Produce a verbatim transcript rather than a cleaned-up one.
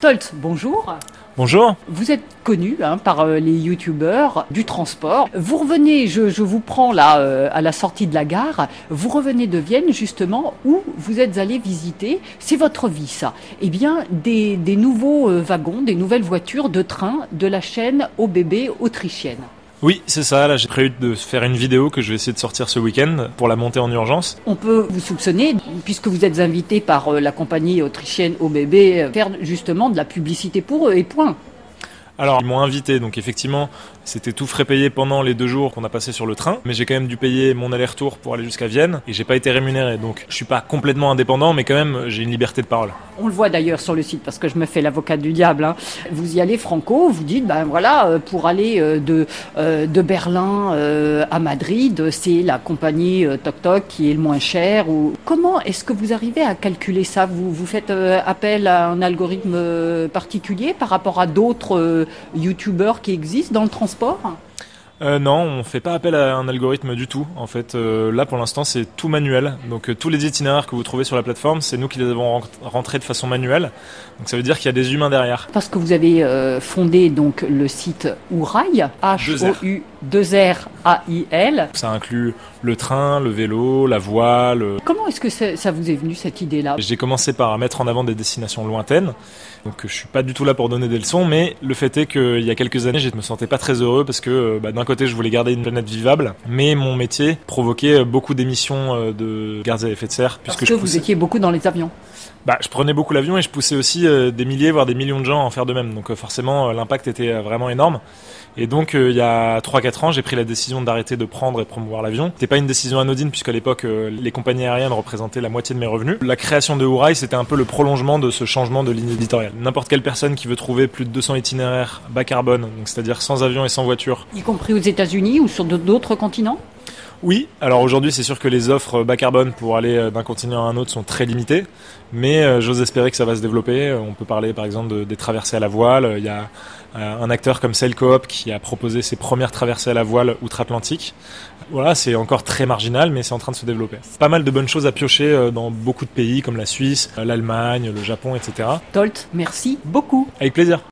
Tolt, bonjour. Bonjour. Vous êtes connu hein, par euh, les youtubeurs du transport. Vous revenez, je, je vous prends là euh, à la sortie de la gare, vous revenez de Vienne justement où vous êtes allé visiter, c'est votre vie ça, eh bien des, des nouveaux euh, wagons, des nouvelles voitures de train de la chaîne O B B autrichienne. Oui, c'est ça. Là, j'ai prévu de faire une vidéo que je vais essayer de sortir ce week-end pour la monter en urgence. On peut vous soupçonner, puisque vous êtes invité par euh, la compagnie autrichienne O B B, euh, faire justement de la publicité pour eux et point. Alors, ils m'ont invité, donc effectivement, c'était tout frais payé pendant les deux jours qu'on a passé sur le train, mais j'ai quand même dû payer mon aller-retour pour aller jusqu'à Vienne, et j'ai pas été rémunéré, donc je suis pas complètement indépendant, mais quand même, j'ai une liberté de parole. On le voit d'ailleurs sur le site, parce que je me fais l'avocat du diable, hein. Vous y allez franco, vous dites, ben voilà, pour aller de, de Berlin à Madrid, c'est la compagnie Tok Tok qui est le moins cher. Ou... Comment est-ce que vous arrivez à calculer ça ? Vous, vous faites appel à un algorithme particulier par rapport à d'autres youtubeurs qui existent dans le transport ? Euh, non, on fait pas appel à un algorithme du tout. En fait, euh, là pour l'instant c'est tout manuel. Donc euh, tous les itinéraires que vous trouvez sur la plateforme, c'est nous qui les avons rentrés de façon manuelle. Donc ça veut dire qu'il y a des humains derrière. Parce que vous avez euh, fondé donc le site Hourail, H O U deux R A I L. Ça inclut le train, le vélo, la voile. Comment est-ce que ça, ça vous est venu cette idée-là ? J'ai commencé par mettre en avant des destinations lointaines. Donc je suis pas du tout là pour donner des leçons, mais le fait est qu'il y a quelques années, je me sentais pas très heureux parce que bah, d'un côté, je voulais garder une planète vivable, mais mon métier provoquait beaucoup d'émissions de gaz à effet de serre. Parce puisque que je poussais... vous étiez beaucoup dans les avions. Bah, je prenais beaucoup l'avion et je poussais aussi euh, des milliers, voire des millions de gens à en faire de même. Donc euh, forcément, euh, l'impact était euh, vraiment énorme. Et donc, euh, il y a trois quatre ans, j'ai pris la décision d'arrêter de prendre et promouvoir l'avion. C'était pas une décision anodine puisqu'à l'époque, euh, les compagnies aériennes représentaient la moitié de mes revenus. La création de Hourail, c'était un peu le prolongement de ce changement de ligne éditoriale. N'importe quelle personne qui veut trouver plus de deux cents itinéraires bas carbone, donc c'est-à-dire sans avion et sans voiture. Y compris aux États-Unis ou sur d'autres continents ? Oui, alors aujourd'hui c'est sûr que les offres bas carbone pour aller d'un continent à un autre sont très limitées, mais euh, j'ose espérer que ça va se développer. On peut parler par exemple de, des traversées à la voile. Il y a euh, un acteur comme Sailcoop qui a proposé ses premières traversées à la voile outre-Atlantique. Voilà, c'est encore très marginal, mais c'est en train de se développer. Pas mal de bonnes choses à piocher dans beaucoup de pays comme la Suisse, l'Allemagne, le Japon, et cetera. Tolt, merci beaucoup. Avec plaisir.